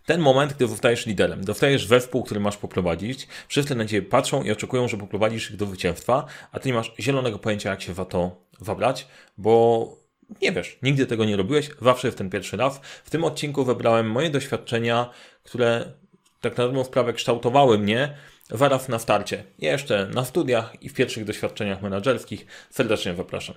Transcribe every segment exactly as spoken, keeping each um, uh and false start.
ten moment, gdy zostajesz liderem, dostajesz zespół, który masz poprowadzić, wszyscy na ciebie patrzą i oczekują, że poprowadzisz ich do zwycięstwa, a ty nie masz zielonego pojęcia, jak się za to zabrać, bo nie wiesz, nigdy tego nie robiłeś, zawsze jest ten pierwszy raz. W tym odcinku wybrałem moje doświadczenia, które tak na dobrą sprawę kształtowały mnie zaraz na starcie, jeszcze na studiach i w pierwszych doświadczeniach menedżerskich. Serdecznie zapraszam.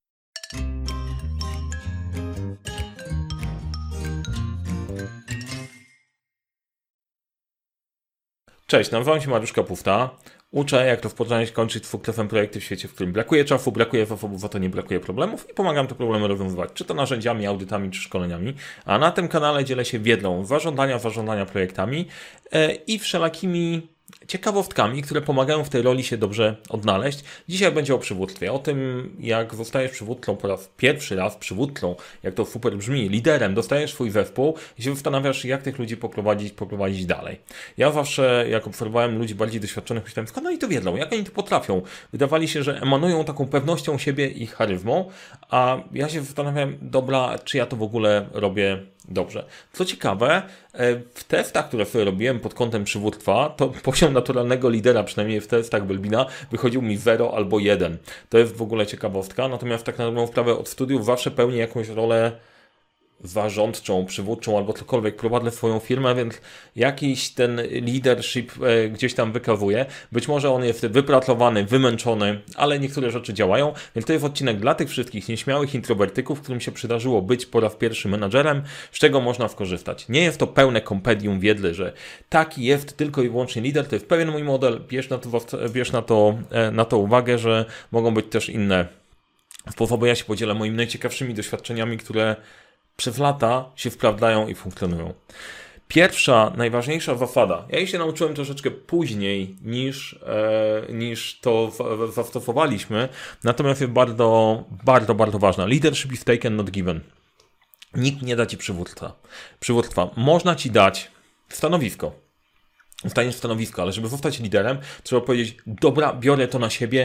Cześć, nazywam się Mariusz Kapufta. Uczę, jak rozpocząć i kończyć dwukrefem projekty w świecie, w którym brakuje czasu, brakuje zasobów, za to nie brakuje problemów i pomagam te problemy rozwiązywać, czy to narzędziami, audytami, czy szkoleniami. A na tym kanale dzielę się wiedzą, zarządzania, zarządzania projektami yy, i wszelakimi ciekawostkami, które pomagają w tej roli się dobrze odnaleźć. Dzisiaj będzie o przywództwie, o tym, jak zostajesz przywódcą po raz pierwszy raz, przywódcą, jak to super brzmi, liderem, dostajesz swój zespół i się zastanawiasz, jak tych ludzi poprowadzić, poprowadzić dalej. Ja zawsze, jak obserwowałem ludzi bardziej doświadczonych, myślałem, skąd oni to wiedzą, jak oni to potrafią. Wydawali się, że emanują taką pewnością siebie i charyzmą, a ja się zastanawiałem, dobra, czy ja to w ogóle robię dobrze. Co ciekawe, w testach, które sobie robiłem pod kątem przywództwa, to poziom naturalnego lidera, przynajmniej w testach Belbina, wychodził mi zero albo jeden. To jest w ogóle ciekawostka, natomiast tak na dobrą sprawę od studiów zawsze pełni jakąś rolę zarządczą, przywódczą albo cokolwiek, prowadzę swoją firmę, więc jakiś ten leadership e, gdzieś tam wykazuje. Być może on jest wypracowany, wymęczony, ale niektóre rzeczy działają, więc to jest odcinek dla tych wszystkich nieśmiałych introwertyków, którym się przydarzyło być po raz pierwszy menadżerem, z czego można skorzystać. Nie jest to pełne kompendium wiedzy, że taki jest tylko i wyłącznie lider, to jest pewien mój model, bierz na to, bierz na to, na to uwagę, że mogą być też inne sposoby. Ja się podzielę moimi najciekawszymi doświadczeniami, które przez lata się sprawdzają i funkcjonują. Pierwsza, najważniejsza zasada. Ja jej się nauczyłem troszeczkę później niż, e, niż to zastosowaliśmy, natomiast jest bardzo, bardzo, bardzo ważna. Leadership is taken, not given. Nikt nie da ci przywództwa. Przywództwa. Można ci dać stanowisko. Zostaniesz stanowisko, ale żeby zostać liderem, trzeba powiedzieć, dobra, biorę to na siebie,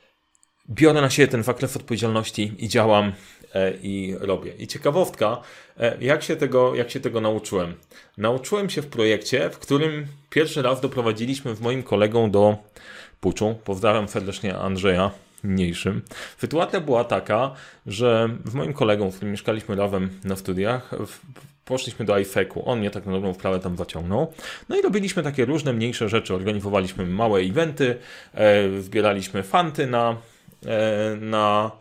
biorę na siebie ten zakres odpowiedzialności i działam e, i robię. I ciekawostka, e, jak się tego, jak się tego nauczyłem? Nauczyłem się w projekcie, w którym pierwszy raz doprowadziliśmy z moim kolegą do puczu. Pozdrawiam serdecznie Andrzeja, mniejszym. Sytuacja była taka, że z moim kolegą, z którym mieszkaliśmy razem na studiach, w, poszliśmy do iFeku. On mnie tak na dobrą sprawę tam zaciągnął. No i robiliśmy takie różne mniejsze rzeczy. Organizowaliśmy małe eventy, e, zbieraliśmy fanty na na,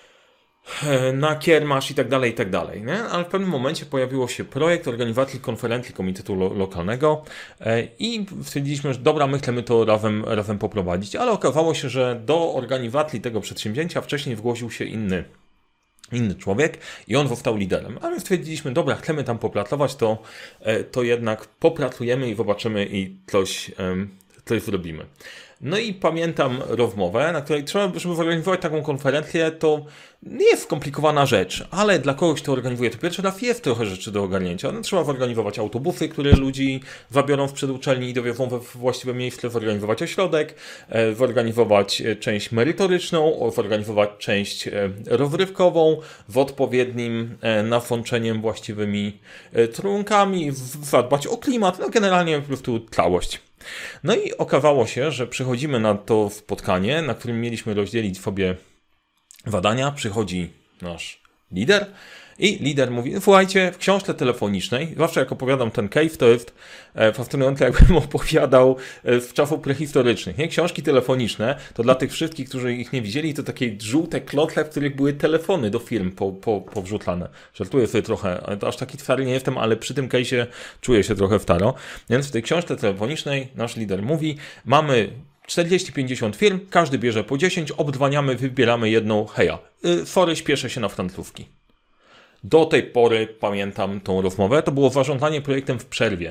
na kiermasz i tak dalej, i tak dalej. Nie? Ale w pewnym momencie pojawiło się projekt organizacji konferencji komitetu lo- lokalnego i stwierdziliśmy, że dobra, my chcemy to razem, razem poprowadzić, ale okazało się, że do organizacji tego przedsięwzięcia wcześniej zgłosił się inny inny człowiek i on został liderem. Ale stwierdziliśmy, dobra, chcemy tam popracować, to, to jednak popracujemy i zobaczymy i coś, coś zrobimy. No i pamiętam rozmowę, na której trzeba, żeby zorganizować taką konferencję, to nie jest skomplikowana rzecz, ale dla kogoś, kto organizuje to pierwszy raz, jest trochę rzeczy do ogarnięcia. No, trzeba zorganizować autobusy, które ludzi zabiorą w przeduczelni i dowiozą we właściwe miejsce, zorganizować ośrodek, zorganizować część merytoryczną, zorganizować część rozrywkową z odpowiednim nasączeniem właściwymi trunkami, zadbać o klimat, no generalnie po prostu całość. No i okazało się, że przychodzimy na to spotkanie, na którym mieliśmy rozdzielić sobie zadania. Przychodzi nasz lider i lider mówi, słuchajcie, w książce telefonicznej, zawsze jak opowiadam ten case, to jest fascynujące, jakbym opowiadał z czasów prehistorycznych. Nie? Książki telefoniczne, to dla tych wszystkich, którzy ich nie widzieli, to takie żółte klotle, w których były telefony do firm po, po, powrzucane. Żartuję sobie trochę, aż taki stary nie jestem, ale przy tym case'ie czuję się trochę staro. Więc w tej książce telefonicznej nasz lider mówi, mamy czterdzieści pięćdziesiąt firm, każdy bierze po dziesięć, obdzwaniamy, wybieramy jedną, heja, yy, sorry, śpieszę się na francuski. Do tej pory pamiętam tą rozmowę. To było zarządzanie projektem w przerwie.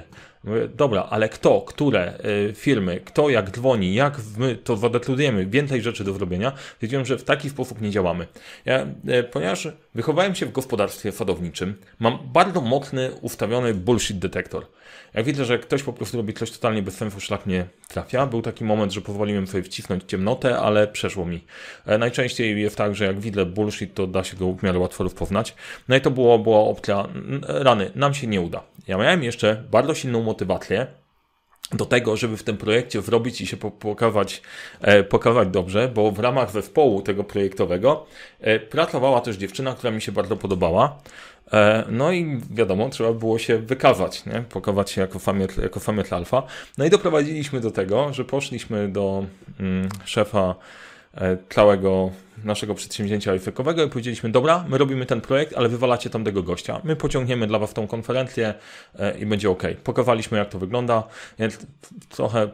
Mówię, dobra, ale kto, które y, firmy, kto jak dzwoni, jak my to zadekludujemy, więcej rzeczy do zrobienia, wiedziałem, że w taki sposób nie działamy. Ja, y, ponieważ wychowałem się w gospodarstwie sadowniczym, mam bardzo mocny, ustawiony bullshit detektor. Jak widzę, że ktoś po prostu robi coś totalnie bez sensu, szlak mnie trafia. Był taki moment, że pozwoliłem sobie wcisnąć ciemnotę, ale przeszło mi. E, najczęściej jest tak, że jak widzę bullshit, to da się go w miarę łatwo rozpoznać. No i to było, była opcja, rany, nam się nie uda. Ja miałem jeszcze bardzo silną motywację do tego, żeby w tym projekcie zrobić i się pokazać, e, pokazać dobrze, bo w ramach zespołu tego projektowego e, pracowała też dziewczyna, która mi się bardzo podobała. E, no i wiadomo, trzeba było się wykazać, nie? Pokazać się jako famiet, jako famiet alfa. No i doprowadziliśmy do tego, że poszliśmy do mm, szefa e, całego naszego przedsięwzięcia efekowego i powiedzieliśmy, dobra, my robimy ten projekt, ale wywalacie tamtego gościa. My pociągniemy dla was tą konferencję e, i będzie ok. Pokazaliśmy, jak to wygląda, więc trochę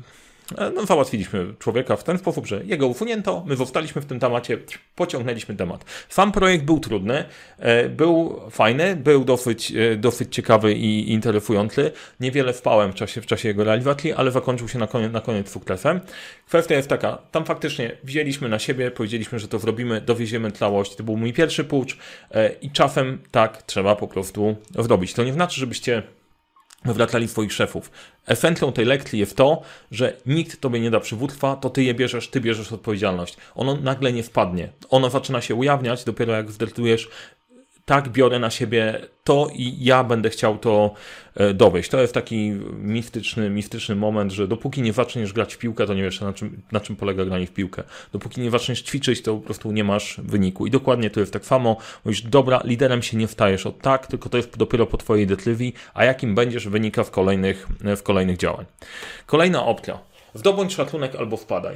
no, załatwiliśmy człowieka w ten sposób, że jego usunięto, my zostaliśmy w tym temacie, pociągnęliśmy temat. Sam projekt był trudny, był fajny, był dosyć, dosyć ciekawy i interesujący. Niewiele wpałem w czasie, w czasie jego realizacji, ale zakończył się na koniec, na koniec sukcesem. Kwestia jest taka, tam faktycznie wzięliśmy na siebie, powiedzieliśmy, że to zrobimy, dowieziemy całość. To był mój pierwszy pucz i czasem tak trzeba po prostu zrobić. To nie znaczy, żebyście wywracali swoich szefów. Esencją tej lekcji jest to, że nikt tobie nie da przywództwa, to ty je bierzesz, ty bierzesz odpowiedzialność. Ono nagle nie wpadnie. Ono zaczyna się ujawniać dopiero jak zdecydujesz, tak, biorę na siebie to i ja będę chciał to dowieść. To jest taki mistyczny, mistyczny moment, że dopóki nie zaczniesz grać w piłkę, to nie wiesz, na czym, na czym polega granie w piłkę. Dopóki nie zaczniesz ćwiczyć, to po prostu nie masz wyniku. I dokładnie to jest tak samo. Mówisz, dobra, liderem się nie wstajesz od tak, tylko to jest dopiero po twojej decyzji, a jakim będziesz, wynika w kolejnych, w kolejnych działań. Kolejna opcja. Zdobądź szacunek albo wpadaj.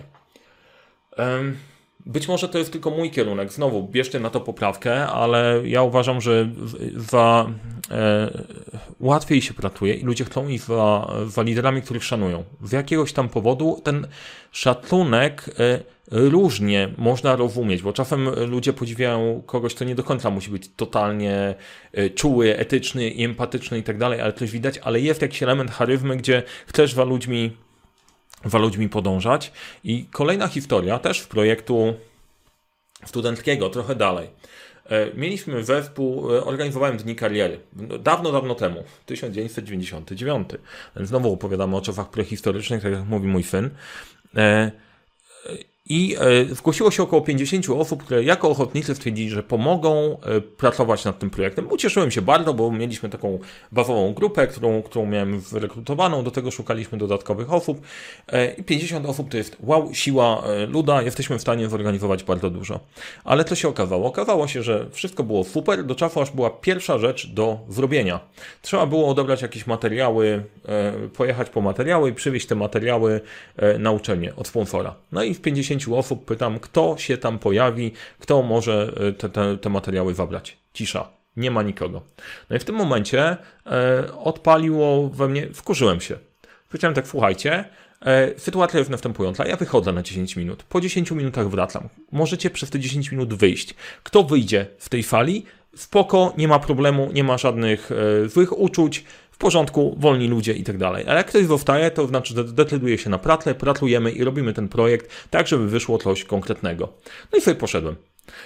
Um, Być może to jest tylko mój kierunek. Znowu, bierzcie na to poprawkę, ale ja uważam, że za, e, łatwiej się pracuje i ludzie chcą iść za, za liderami, których szanują. Z jakiegoś tam powodu ten szacunek e, różnie można rozumieć, bo czasem ludzie podziwiają kogoś, kto nie do końca musi być totalnie e, czuły, etyczny i empatyczny i tak dalej, ale coś widać, ale jest jakiś element charyzmy, gdzie chcesz za ludźmi za ludźmi podążać. I kolejna historia, też z projektu studenckiego, trochę dalej. Mieliśmy zespół, organizowałem Dni Kariery. Dawno, dawno temu, tysiąc dziewięćset dziewięćdziesiąty dziewiąty. Znowu opowiadamy o czasach prehistorycznych, tak jak mówi mój syn. I e, zgłosiło się około pięćdziesięciu osób, które jako ochotnicy stwierdzili, że pomogą e, pracować nad tym projektem. Ucieszyłem się bardzo, bo mieliśmy taką bazową grupę, którą, którą miałem zrekrutowaną, do tego szukaliśmy dodatkowych osób e, i pięćdziesiąt osób to jest wow, siła e, luda, jesteśmy w stanie zorganizować bardzo dużo. Ale co się okazało? Okazało się, że wszystko było super, do czasu aż była pierwsza rzecz do zrobienia. Trzeba było odebrać jakieś materiały, e, pojechać po materiały i przywieźć te materiały e, na uczelnię od sponsora. No i w pięćdziesięciu osób pytam, kto się tam pojawi, kto może te, te, te materiały zabrać. Cisza. Nie ma nikogo. No i w tym momencie e, odpaliło we mnie, wkurzyłem się. Powiedziałem tak, słuchajcie, e, sytuacja jest następująca. Ja wychodzę na dziesięć minut. Po dziesięciu minutach wracam. Możecie przez te dziesięć minut wyjść. Kto wyjdzie w tej fali? Spoko, nie ma problemu, nie ma żadnych e, złych uczuć. W porządku, wolni ludzie i tak dalej. Ale jak ktoś zostaje, to znaczy, że decyduje się na pracę, pracujemy i robimy ten projekt tak, żeby wyszło coś konkretnego. No i sobie poszedłem.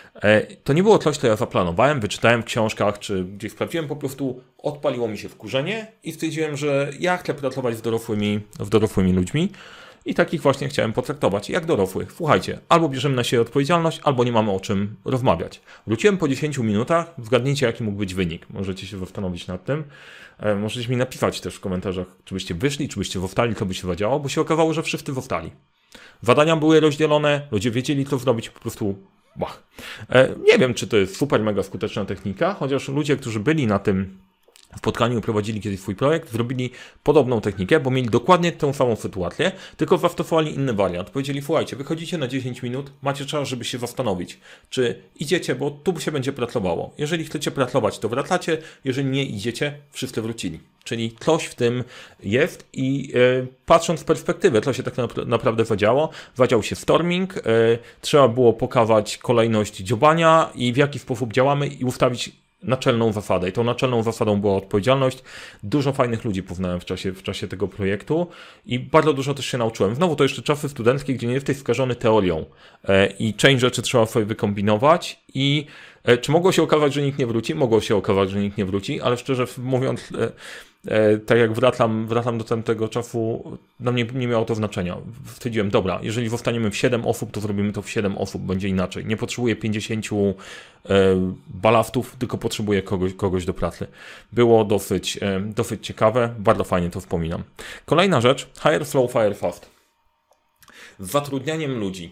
To nie było coś, co ja zaplanowałem, wyczytałem w książkach, czy gdzieś sprawdziłem, po prostu odpaliło mi się wkurzenie i stwierdziłem, że ja chcę pracować z dorosłymi, z dorosłymi ludźmi i takich właśnie chciałem potraktować, jak dorosłych. Słuchajcie, albo bierzemy na siebie odpowiedzialność, albo nie mamy o czym rozmawiać. Wróciłem po dziesięciu minutach, zgadnijcie, jaki mógł być wynik. Możecie się zastanowić nad tym. Możecie mi napisać też w komentarzach, czy byście wyszli, czy byście zostali, co by się zadziało, bo się okazało, że wszyscy zostali. Zadania były rozdzielone, ludzie wiedzieli, co zrobić, po prostu bach. Nie wiem, czy to jest super, mega skuteczna technika, chociaż ludzie, którzy byli na tym spotkaniu, prowadzili kiedyś swój projekt, zrobili podobną technikę, bo mieli dokładnie tę samą sytuację, tylko zastosowali inny wariant. Powiedzieli, słuchajcie, wychodzicie na dziesięć minut, macie czas, żeby się zastanowić, czy idziecie, bo tu się będzie pracowało. Jeżeli chcecie pracować, to wracacie, jeżeli nie idziecie, wszyscy wrócili. Czyli coś w tym jest i e, patrząc z perspektywy, co się tak na, naprawdę zadziało, zadział się storming, e, trzeba było pokazać kolejność dziobania i w jaki sposób działamy i ustawić naczelną wafadę. I tą naczelną wafadą była odpowiedzialność. Dużo fajnych ludzi poznałem w czasie, w czasie tego projektu i bardzo dużo też się nauczyłem. Znowu to jeszcze czasy studenckie, gdzie nie jesteś skażony teorią i część rzeczy trzeba sobie wykombinować i czy mogło się okazać, że nikt nie wróci? Mogło się okazać, że nikt nie wróci, ale szczerze mówiąc, tak jak wracam, wracam do tamtego czasu, dla mnie nie miało to znaczenia. Stwierdziłem, dobra, jeżeli zostaniemy w siedem osób, to zrobimy to w siedem osób, będzie inaczej. Nie potrzebuję pięćdziesięciu balaftów, tylko potrzebuję kogoś, kogoś do pracy. Było dosyć, dosyć ciekawe, bardzo fajnie to wspominam. Kolejna rzecz, hire slow, fire fast. Z zatrudnianiem ludzi.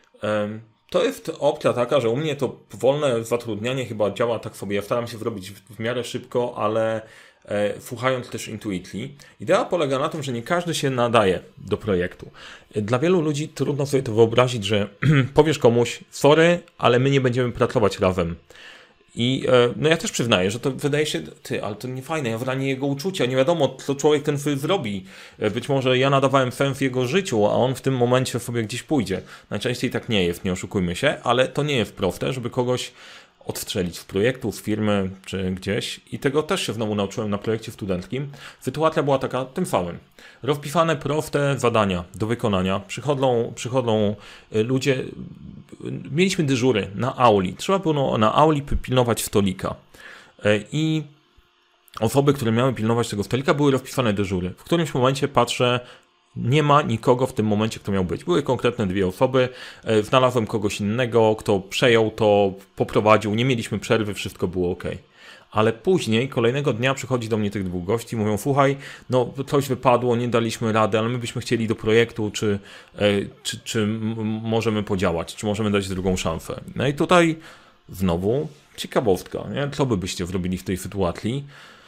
To jest opcja taka, że u mnie to wolne zatrudnianie chyba działa tak sobie. Ja staram się zrobić w miarę szybko, ale e, słuchając też intuicji. Idea polega na tym, że nie każdy się nadaje do projektu. Dla wielu ludzi trudno sobie to wyobrazić, że powiesz komuś, sorry, ale my nie będziemy pracować razem. I no ja też przyznaję, że to wydaje się, ty, ale to nie fajne, ja wranię jego uczucia, nie wiadomo, co człowiek ten zrobi. Być może ja nadawałem sens jego życiu, a on w tym momencie sobie gdzieś pójdzie. Najczęściej tak nie jest, nie oszukujmy się, ale to nie jest proste, żeby kogoś odstrzelić z projektu, z firmy czy gdzieś. I tego też się znowu nauczyłem na projekcie studenckim. Sytuacja była taka tym samym. Rozpisane proste zadania do wykonania. Przychodzą, przychodzą ludzie, mieliśmy dyżury na auli. Trzeba było na auli pilnować stolika. I osoby, które miały pilnować tego stolika, były rozpisane dyżury. W którymś momencie patrzę, nie ma nikogo w tym momencie, kto miał być. Były konkretne dwie osoby, znalazłem kogoś innego, kto przejął to, poprowadził, nie mieliśmy przerwy, wszystko było ok. Ale później, kolejnego dnia przychodzi do mnie tych dwóch gości, mówią, słuchaj, no coś wypadło, nie daliśmy rady, ale my byśmy chcieli do projektu, czy, czy, czy możemy podziałać, czy możemy dać drugą szansę. No i tutaj znowu ciekawostka, nie? Co by byście zrobili w tej sytuacji?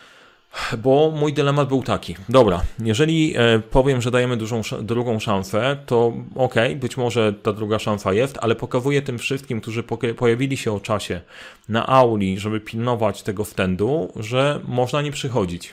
Bo mój dylemat był taki, dobra, jeżeli powiem, że dajemy dużą, drugą szansę, to okej, okay, być może ta druga szansa jest, ale pokazuję tym wszystkim, którzy pojawili się o czasie na auli, żeby pilnować tego standu, że można nie przychodzić.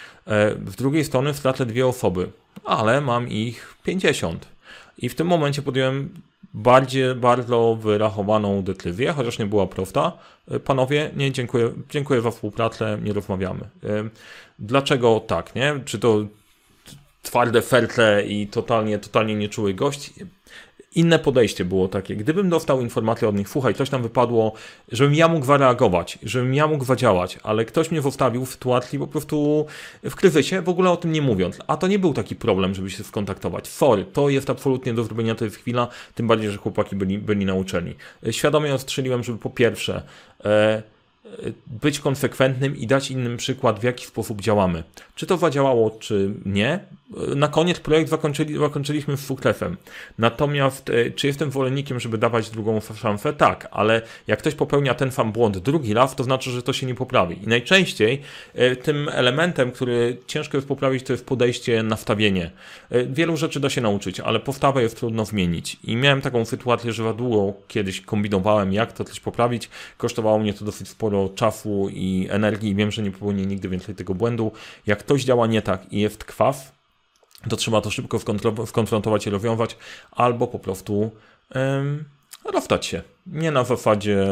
Z drugiej strony stracę dwie osoby, ale mam ich pięćdziesiąt. I w tym momencie podjąłem bardziej, bardzo wyrachowaną decyzję, chociaż nie była prosta. Panowie, nie, dziękuję, dziękuję za współpracę, nie rozmawiamy. Dlaczego tak, nie? Czy to twarde serce i totalnie, totalnie nieczuły gość? Inne podejście było takie. Gdybym dostał informację od nich, słuchaj, coś tam wypadło, żebym ja mógł zareagować, żebym ja mógł zadziałać, ale ktoś mnie zostawił w sytuacji po prostu w kryzysie, w ogóle o tym nie mówiąc. A to nie był taki problem, żeby się skontaktować. Sorry, to jest absolutnie do zrobienia, to jest chwila, tym bardziej, że chłopaki byli, byli nauczeni. Świadomie ostrzeliłem, żeby po pierwsze e, być konsekwentnym i dać innym przykład, w jaki sposób działamy. Czy to zadziałało, czy nie? Na koniec projekt zakończyli, zakończyliśmy z sukcesem. Natomiast czy jestem zwolennikiem, żeby dawać drugą szansę? Tak, ale jak ktoś popełnia ten sam błąd drugi raz, to znaczy, że to się nie poprawi. I najczęściej tym elementem, który ciężko jest poprawić, to jest podejście, nastawienie. Wielu rzeczy da się nauczyć, ale postawę jest trudno zmienić. I miałem taką sytuację, że za długo kiedyś kombinowałem, jak to coś poprawić. Kosztowało mnie to dosyć sporo czasu i energii. Wiem, że nie popełnię nigdy więcej tego błędu. Jak ktoś działa nie tak i jest kwas, to trzeba to szybko skonfrontować i rozwiązać, albo po prostu um, rozstać się. Nie na zasadzie,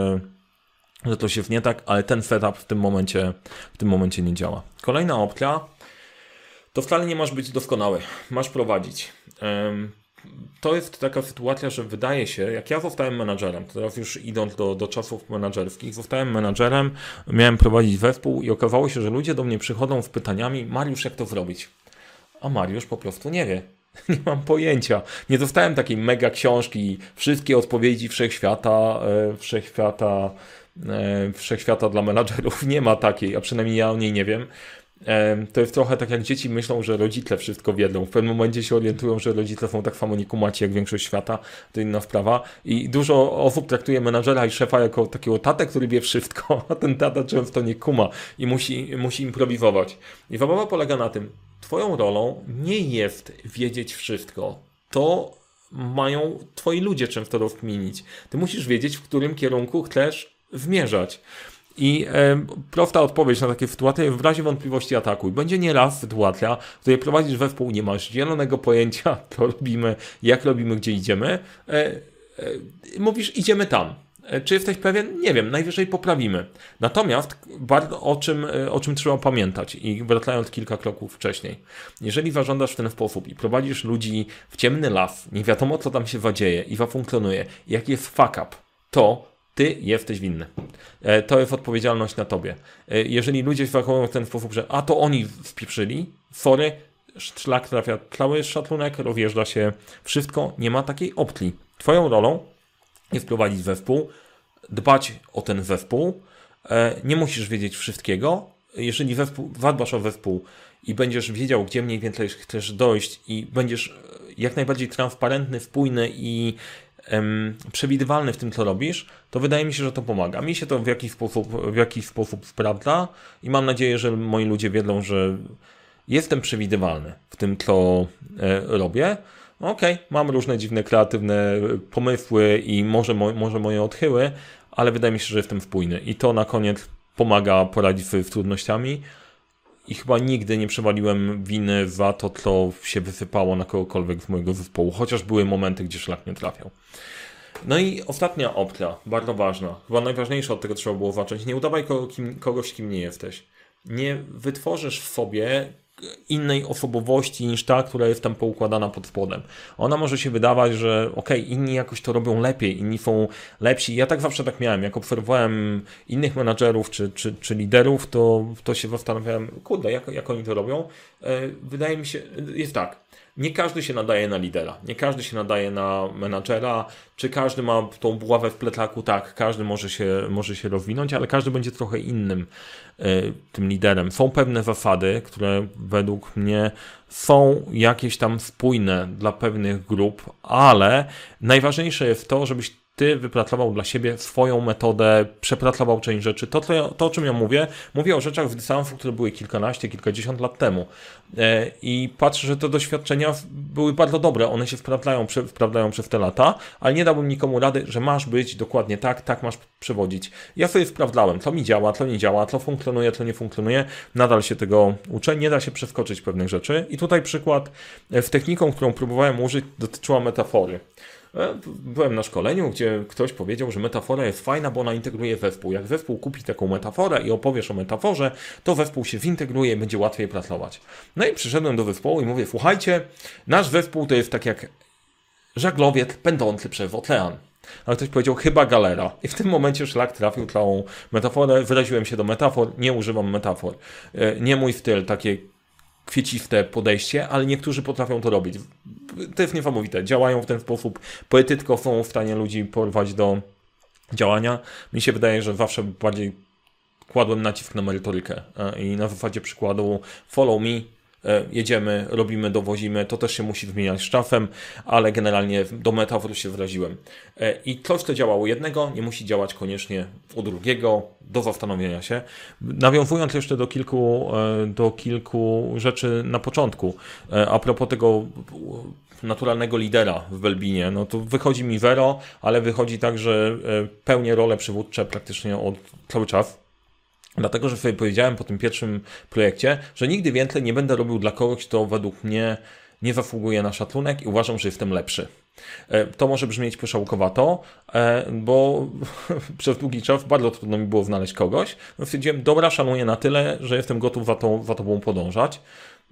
że to się nie tak, ale ten setup w tym momencie, w tym momencie nie działa. Kolejna opcja, to wcale nie masz być doskonały, masz prowadzić. Um, to jest taka sytuacja, że wydaje się, jak ja zostałem menadżerem, teraz już idąc do, do czasów menadżerskich, zostałem menadżerem, miałem prowadzić zespół i okazało się, że ludzie do mnie przychodzą z pytaniami, Mariusz, jak to zrobić? A Mariusz po prostu nie wie. Nie mam pojęcia. Nie dostałem takiej mega książki, wszystkie odpowiedzi wszechświata, e, wszechświata, e, wszechświata dla menadżerów. Nie ma takiej, a przynajmniej ja o niej nie wiem. E, to jest trochę tak, jak dzieci myślą, że rodzice wszystko wiedzą. W pewnym momencie się orientują, że rodzice są tak samo nikumaci jak większość świata. To inna sprawa. I dużo osób traktuje menadżera i szefa jako takiego tatę, który wie wszystko, a ten tata często nie kuma i musi, musi improwizować. I zabawa polega na tym, twoją rolą nie jest wiedzieć wszystko. To mają twoi ludzie często rozkminić. Ty musisz wiedzieć, w którym kierunku chcesz zmierzać. I e, prosta odpowiedź na takie sytuacje, w razie wątpliwości atakuj. Będzie nieraz sytuacja, w której prowadzisz zespół, nie masz zielonego pojęcia, co robimy, jak robimy, gdzie idziemy. E, e, mówisz, idziemy tam. Czy jesteś pewien? Nie wiem, najwyżej poprawimy. Natomiast bardzo o czym, o czym trzeba pamiętać i wracając kilka kroków wcześniej. Jeżeli zażądasz w ten sposób i prowadzisz ludzi w ciemny las, nie wiadomo co tam się zadzieje i zafunkcjonuje, jaki jest fuck up, to ty jesteś winny. To jest odpowiedzialność na tobie. Jeżeli ludzie się zachowują w ten sposób, że a to oni wpieprzyli, sorry, szlak trafia cały szatlunek, rozjeżdża się wszystko, nie ma takiej opcji. Twoją rolą jest prowadzić zespół, dbać o ten zespół, nie musisz wiedzieć wszystkiego. Jeżeli zespół, zadbasz o zespół i będziesz wiedział, gdzie mniej więcej chcesz dojść i będziesz jak najbardziej transparentny, spójny i em, przewidywalny w tym, co robisz, to wydaje mi się, że to pomaga. Mi się to w jakiś sposób, w jakiś sposób sprawdza i mam nadzieję, że moi ludzie wiedzą, że jestem przewidywalny w tym, co e, robię. Okej, okay, mam różne dziwne, kreatywne pomysły i może, mo może moje odchyły, ale wydaje mi się, że jestem spójny i to na koniec pomaga poradzić sobie z trudnościami i chyba nigdy nie przewaliłem winy za to, co się wysypało na kogokolwiek z mojego zespołu, chociaż były momenty, gdzie szlak nie trafiał. No i ostatnia opcja, bardzo ważna, chyba najważniejsza, od tego trzeba było zacząć. Nie udawaj kogo, kim, kogoś, kim nie jesteś. Nie wytworzysz w sobie innej osobowości niż ta, która jest tam poukładana pod spodem. Ona może się wydawać, że okej, okay, inni jakoś to robią lepiej, inni są lepsi. Ja tak zawsze tak miałem. Jak obserwowałem innych menadżerów czy, czy, czy liderów, to, to się zastanawiałem, kurde, jak, jak oni to robią. Wydaje mi się, jest tak. Nie każdy się nadaje na lidera, nie każdy się nadaje na menadżera, czy każdy ma tą buławę w plecaku, tak, każdy może się, może się rozwinąć, ale każdy będzie trochę innym y, tym liderem. Są pewne zasady, które według mnie są jakieś tam spójne dla pewnych grup, ale najważniejsze jest to, żebyś ty wypracował dla siebie swoją metodę, przepracował część rzeczy. To, to, to o czym ja mówię, mówię o rzeczach z dystansu, które były kilkanaście, kilkadziesiąt lat temu. E, I patrzę, że te doświadczenia były bardzo dobre. One się sprawdzają, prze, sprawdzają przez te lata, ale nie dałbym nikomu rady, że masz być dokładnie tak, tak masz przewodzić. Ja sobie sprawdzałem, co mi działa, co nie działa, co funkcjonuje, co nie funkcjonuje. Nadal się tego uczę. Nie da się przeskoczyć pewnych rzeczy. I tutaj przykład z techniką, którą próbowałem użyć, dotyczyła metafory. Byłem na szkoleniu, gdzie ktoś powiedział, że metafora jest fajna, bo ona integruje zespół. Jak zespół kupi taką metaforę i opowiesz o metaforze, to zespół się zintegruje i będzie łatwiej pracować. No i przyszedłem do zespołu i mówię, słuchajcie, nasz zespół to jest tak jak żaglowiec pędzący przez ocean. Ale ktoś powiedział, chyba galera. I w tym momencie szlak trafił całą metaforę. Wyraziłem się do metafor, nie używam metafor. Nie mój styl, takie kwieciste podejście, ale niektórzy potrafią to robić. To jest niesamowite. Działają w ten sposób. Poetycko są w stanie ludzi porwać do działania. Mi się wydaje, że zawsze bardziej kładłem nacisk na merytorykę i na zasadzie przykładu follow me, jedziemy, robimy, dowozimy, to też się musi zmieniać z czasem, ale generalnie do metafor się wyraziłem. I coś, co działało jednego, nie musi działać koniecznie u drugiego, do zastanowienia się. Nawiązując jeszcze do kilku, do kilku rzeczy na początku, a propos tego naturalnego lidera w Belbinie, no to wychodzi mi zero, ale wychodzi tak, że pełnię role przywódcze praktycznie od cały czas. Dlatego, że sobie powiedziałem po tym pierwszym projekcie, że nigdy więcej nie będę robił dla kogoś, kto według mnie nie zasługuje na szacunek i uważam, że jestem lepszy. To może brzmieć pyszałkowato, bo przez długi czas bardzo trudno mi było znaleźć kogoś. Stwierdziłem, dobra, szanuję na tyle, że jestem gotów za, to, za tobą podążać.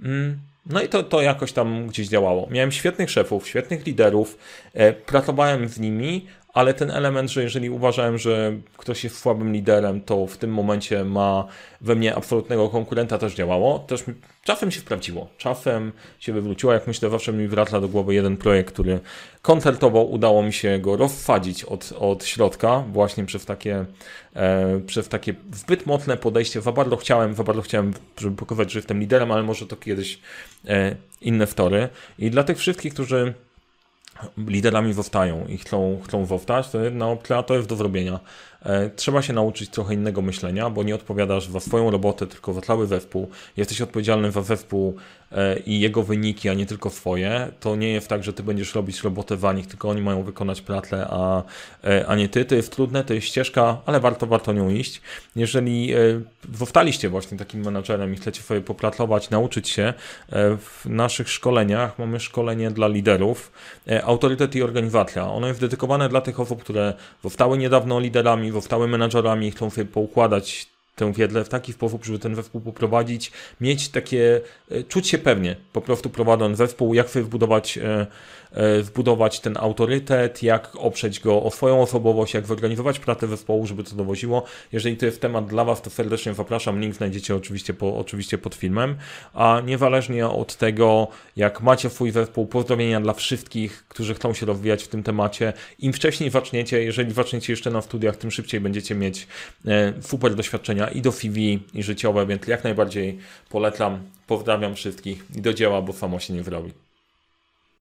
No i to, to jakoś tam gdzieś działało. Miałem świetnych szefów, świetnych liderów, pracowałem z nimi, ale ten element, że jeżeli uważałem, że ktoś jest słabym liderem, to w tym momencie ma we mnie absolutnego konkurenta, też działało. Też mi, czasem się sprawdziło, czasem się wywróciło. Jak myślę, zawsze mi wraca do głowy jeden projekt, który koncertowo udało mi się go rozsadzić od, od środka, właśnie przez takie, e, przez takie zbyt mocne podejście. Za bardzo chciałem, za bardzo chciałem, żeby pokazać, że jestem liderem, ale może to kiedyś e, inne wtory. I dla tych wszystkich, którzy liderami zostają i chcą, chcą zostać, to jedna opcja to jest do zrobienia. Trzeba się nauczyć trochę innego myślenia, bo nie odpowiadasz za swoją robotę, tylko za cały zespół. Jesteś odpowiedzialny za zespół i jego wyniki, a nie tylko swoje. To nie jest tak, że ty będziesz robić robotę za nich, tylko oni mają wykonać pracę, a, a nie ty. To jest trudne, to jest ścieżka, ale warto, warto nią iść. Jeżeli zostaliście właśnie takim menadżerem i chcecie sobie popracować, nauczyć się, w naszych szkoleniach mamy szkolenie dla liderów, autorytet i organizacja. Ono jest dedykowane dla tych osób, które zostały niedawno liderami, zostały menadżerami i chcą sobie poukładać tę wiedzę w taki sposób, żeby ten zespół poprowadzić, mieć takie, czuć się pewnie, po prostu prowadząc zespół, jak sobie zbudować, zbudować ten autorytet, jak oprzeć go o swoją osobowość, jak zorganizować pracę zespołu, żeby to dowoziło. Jeżeli to jest temat dla Was, to serdecznie zapraszam, link znajdziecie oczywiście, po, oczywiście pod filmem, a niezależnie od tego, jak macie swój zespół, pozdrowienia dla wszystkich, którzy chcą się rozwijać w tym temacie. Im wcześniej zaczniecie, jeżeli zaczniecie jeszcze na studiach, tym szybciej będziecie mieć super doświadczenia i do C V, i życiowe, więc jak najbardziej polecam, pozdrawiam wszystkich i do dzieła, bo samo się nie zrobi.